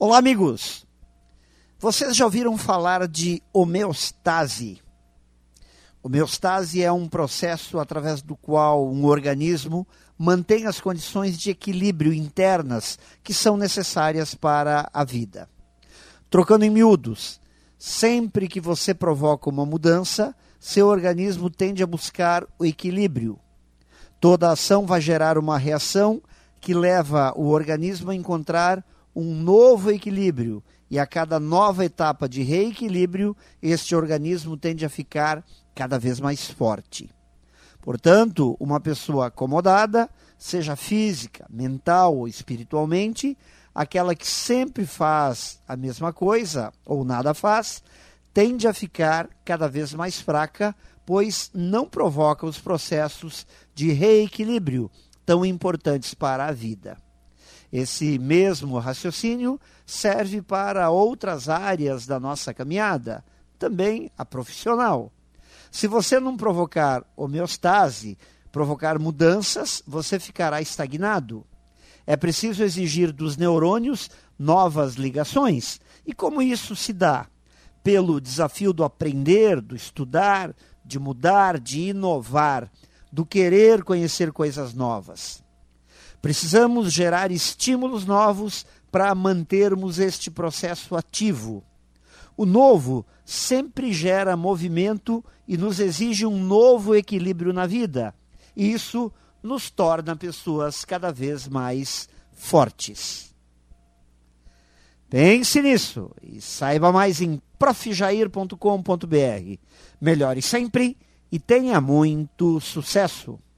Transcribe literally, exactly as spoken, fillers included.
Olá, amigos! Vocês já ouviram falar de homeostase? Homeostase é um processo através do qual um organismo mantém as condições de equilíbrio internas que são necessárias para a vida. Trocando em miúdos, sempre que você provoca uma mudança, seu organismo tende a buscar o equilíbrio. Toda ação vai gerar uma reação que leva o organismo a encontrar um novo equilíbrio, e a cada nova etapa de reequilíbrio, este organismo tende a ficar cada vez mais forte. Portanto, uma pessoa acomodada, seja física, mental ou espiritualmente, aquela que sempre faz a mesma coisa ou nada faz, tende a ficar cada vez mais fraca, pois não provoca os processos de reequilíbrio tão importantes para a vida. Esse mesmo raciocínio serve para outras áreas da nossa caminhada, também a profissional. Se você não provocar homeostase, provocar mudanças, você ficará estagnado. É preciso exigir dos neurônios novas ligações. E como isso se dá? Pelo desafio do aprender, do estudar, de mudar, de inovar, do querer conhecer coisas novas. Precisamos gerar estímulos novos para mantermos este processo ativo. O novo sempre gera movimento e nos exige um novo equilíbrio na vida. E isso nos torna pessoas cada vez mais fortes. Pense nisso e saiba mais em prof jair ponto com ponto br. Melhore sempre e tenha muito sucesso!